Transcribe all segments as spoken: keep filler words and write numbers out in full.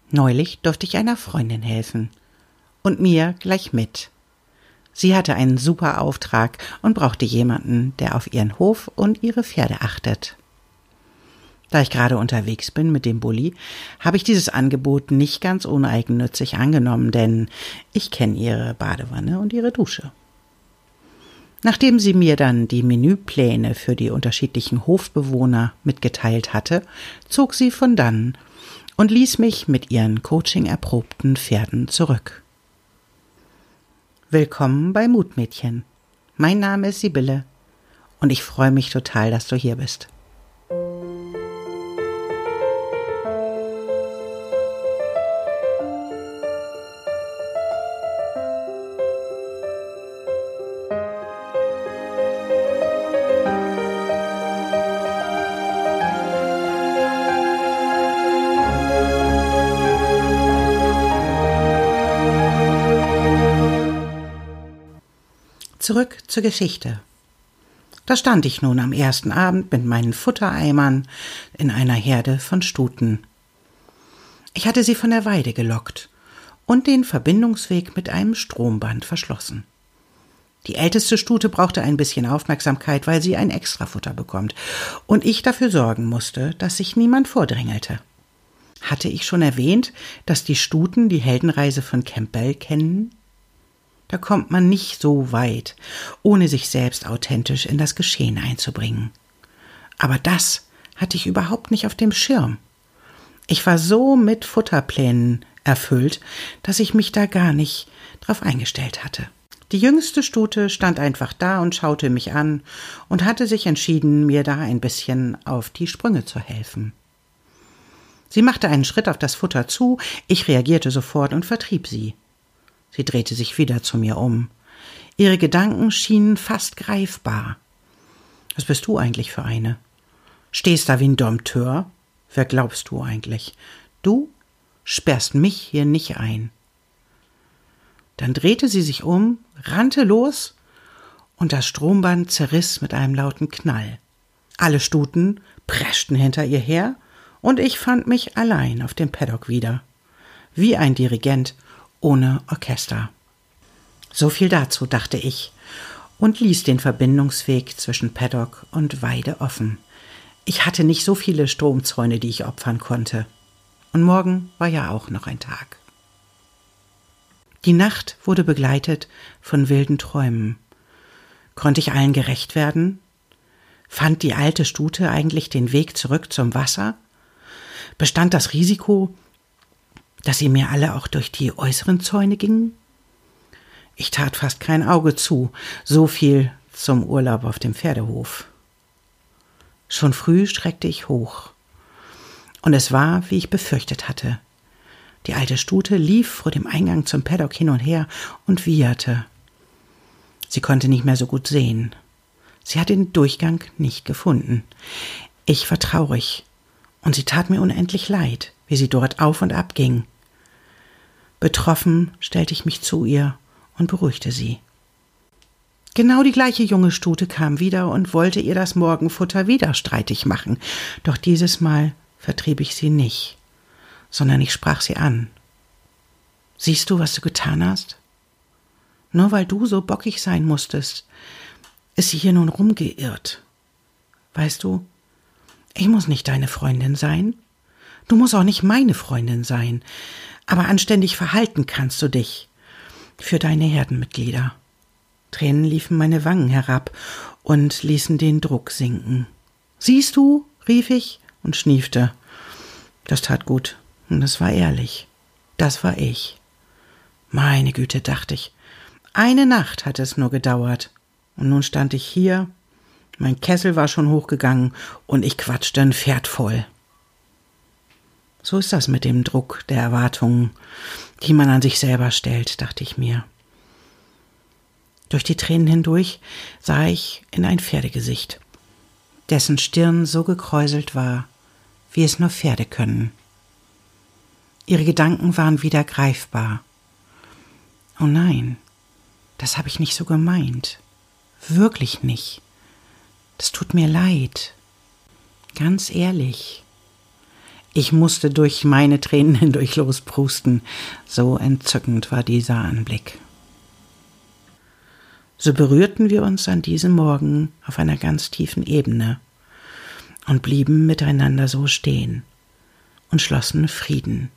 Neulich durfte ich einer Freundin helfen. Und mir gleich mit. Sie hatte einen super Auftrag und brauchte jemanden, der auf ihren Hof und ihre Pferde achtet. Da ich gerade unterwegs bin mit dem Bulli, habe ich dieses Angebot nicht ganz uneigennützig angenommen, denn ich kenne ihre Badewanne und ihre Dusche. Nachdem sie mir dann die Menüpläne für die unterschiedlichen Hofbewohner mitgeteilt hatte, zog sie von dannen und ließ mich mit ihren coaching-erprobten Pferden zurück. Willkommen bei Mutmädchen. Mein Name ist Sibylle und ich freue mich total, dass du hier bist. Zurück zur Geschichte. Da stand ich nun am ersten Abend mit meinen Futtereimern in einer Herde von Stuten. Ich hatte sie von der Weide gelockt und den Verbindungsweg mit einem Stromband verschlossen. Die älteste Stute brauchte ein bisschen Aufmerksamkeit, weil sie ein Extrafutter bekommt und ich dafür sorgen musste, dass sich niemand vordrängelte. Hatte ich schon erwähnt, dass die Stuten die Heldenreise von Campbell kennen? Da kommt man nicht so weit, ohne sich selbst authentisch in das Geschehen einzubringen. Aber das hatte ich überhaupt nicht auf dem Schirm. Ich war so mit Futterplänen erfüllt, dass ich mich da gar nicht drauf eingestellt hatte. Die jüngste Stute stand einfach da und schaute mich an und hatte sich entschieden, mir da ein bisschen auf die Sprünge zu helfen. Sie machte einen Schritt auf das Futter zu, ich reagierte sofort und vertrieb sie. Sie drehte sich wieder zu mir um. Ihre Gedanken schienen fast greifbar. Was bist du eigentlich für eine? Stehst da wie ein Dompteur? Wer glaubst du eigentlich? Du sperrst mich hier nicht ein. Dann drehte sie sich um, rannte los und das Stromband zerriss mit einem lauten Knall. Alle Stuten preschten hinter ihr her und ich fand mich allein auf dem Paddock wieder. Wie ein Dirigent ohne Orchester. So viel dazu, dachte ich, und ließ den Verbindungsweg zwischen Paddock und Weide offen. Ich hatte nicht so viele Stromzäune, die ich opfern konnte. Und morgen war ja auch noch ein Tag. Die Nacht wurde begleitet von wilden Träumen. Konnte ich allen gerecht werden? Fand die alte Stute eigentlich den Weg zurück zum Wasser? Bestand das Risiko, dass sie mir alle auch durch die äußeren Zäune gingen? Ich tat fast kein Auge zu, so viel zum Urlaub auf dem Pferdehof. Schon früh schreckte ich hoch. Und es war, wie ich befürchtet hatte. Die alte Stute lief vor dem Eingang zum Paddock hin und her und wieherte. Sie konnte nicht mehr so gut sehen. Sie hat den Durchgang nicht gefunden. Ich war traurig und sie tat mir unendlich leid, wie sie dort auf und ab ging. Betroffen stellte ich mich zu ihr und beruhigte sie. Genau die gleiche junge Stute kam wieder und wollte ihr das Morgenfutter wieder streitig machen, doch dieses Mal vertrieb ich sie nicht, sondern ich sprach sie an. Siehst du, was du getan hast? Nur weil du so bockig sein musstest, ist sie hier nun rumgeirrt. Weißt du, ich muss nicht deine Freundin sein, du musst auch nicht meine Freundin sein, aber anständig verhalten kannst du dich für deine Herdenmitglieder. Tränen liefen meine Wangen herab und ließen den Druck sinken. Siehst du, rief ich und schniefte. Das tat gut und es war ehrlich. Das war ich. Meine Güte, dachte ich. Eine Nacht hatte es nur gedauert und nun stand ich hier. Mein Kessel war schon hochgegangen und ich quatschte ein Pferd voll. So ist das mit dem Druck der Erwartungen, die man an sich selber stellt, dachte ich mir. Durch die Tränen hindurch sah ich in ein Pferdegesicht, dessen Stirn so gekräuselt war, wie es nur Pferde können. Ihre Gedanken waren wieder greifbar. Oh nein, das habe ich nicht so gemeint. Wirklich nicht. Das tut mir leid. Ganz ehrlich. Ich musste durch meine Tränen hindurch losprusten, so entzückend war dieser Anblick. So berührten wir uns an diesem Morgen auf einer ganz tiefen Ebene und blieben miteinander so stehen und schlossen Frieden.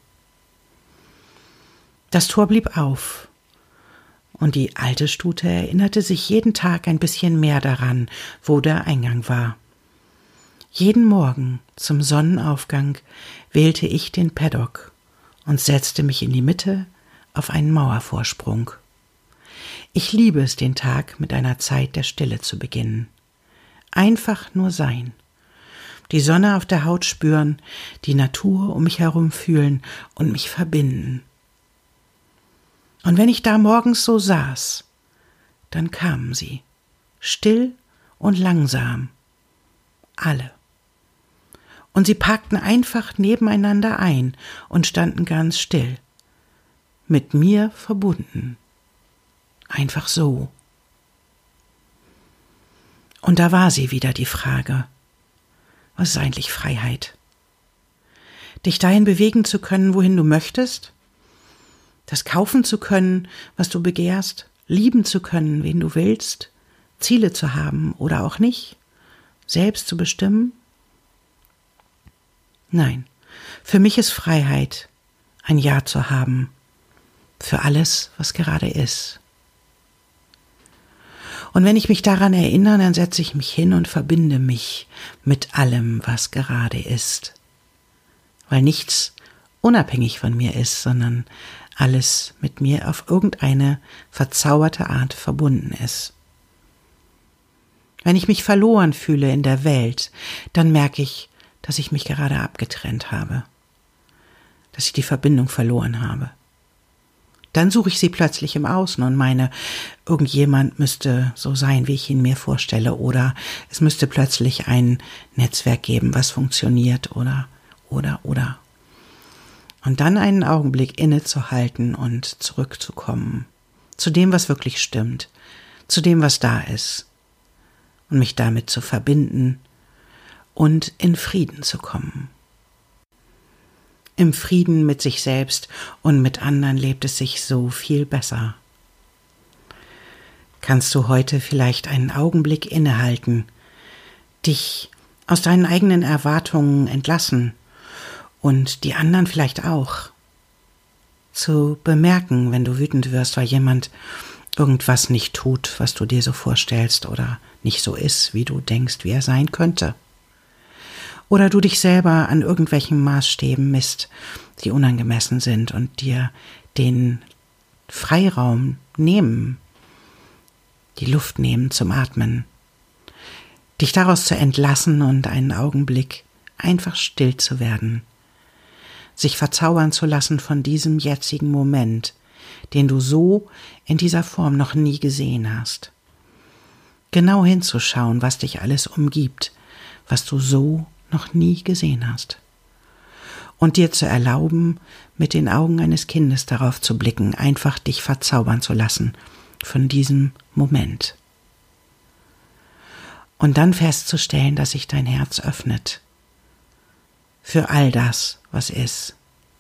Das Tor blieb auf, und die alte Stute erinnerte sich jeden Tag ein bisschen mehr daran, wo der Eingang war. Jeden Morgen zum Sonnenaufgang wählte ich den Paddock und setzte mich in die Mitte auf einen Mauervorsprung. Ich liebe es, den Tag mit einer Zeit der Stille zu beginnen. Einfach nur sein. Die Sonne auf der Haut spüren, die Natur um mich herum fühlen und mich verbinden. Und wenn ich da morgens so saß, dann kamen sie, still und langsam, alle. Und sie parkten einfach nebeneinander ein und standen ganz still, mit mir verbunden. Einfach so. Und da war sie wieder, die Frage: Was ist eigentlich Freiheit? Dich dahin bewegen zu können, wohin du möchtest? Das kaufen zu können, was du begehrst? Lieben zu können, wen du willst? Ziele zu haben oder auch nicht? Selbst zu bestimmen? Nein, für mich ist Freiheit, ein Ja zu haben für alles, was gerade ist. Und wenn ich mich daran erinnere, dann setze ich mich hin und verbinde mich mit allem, was gerade ist. Weil nichts unabhängig von mir ist, sondern alles mit mir auf irgendeine verzauberte Art verbunden ist. Wenn ich mich verloren fühle in der Welt, dann merke ich, dass ich mich gerade abgetrennt habe, dass ich die Verbindung verloren habe. Dann suche ich sie plötzlich im Außen und meine, irgendjemand müsste so sein, wie ich ihn mir vorstelle, oder es müsste plötzlich ein Netzwerk geben, was funktioniert, oder, oder, oder. Und dann einen Augenblick innezuhalten und zurückzukommen zu dem, was wirklich stimmt, zu dem, was da ist, und mich damit zu verbinden und in Frieden zu kommen. Im Frieden mit sich selbst und mit anderen lebt es sich so viel besser. Kannst du heute vielleicht einen Augenblick innehalten, dich aus deinen eigenen Erwartungen entlassen und die anderen vielleicht auch, zu bemerken, wenn du wütend wirst, weil jemand irgendwas nicht tut, was du dir so vorstellst oder nicht so ist, wie du denkst, wie er sein könnte. Oder du dich selber an irgendwelchen Maßstäben misst, die unangemessen sind und dir den Freiraum nehmen, die Luft nehmen zum Atmen. Dich daraus zu entlassen und einen Augenblick einfach still zu werden. Sich verzaubern zu lassen von diesem jetzigen Moment, den du so in dieser Form noch nie gesehen hast. Genau hinzuschauen, was dich alles umgibt, was du so noch nie gesehen hast. Und dir zu erlauben, mit den Augen eines Kindes darauf zu blicken, einfach dich verzaubern zu lassen von diesem Moment. Und dann festzustellen, dass sich dein Herz öffnet für all das, was ist.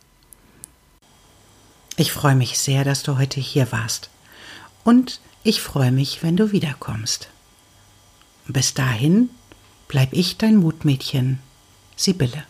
Ich freue mich sehr, dass du heute hier warst. Und ich freue mich, wenn du wiederkommst. Bis dahin bleib ich dein Mutmädchen, Sibylle.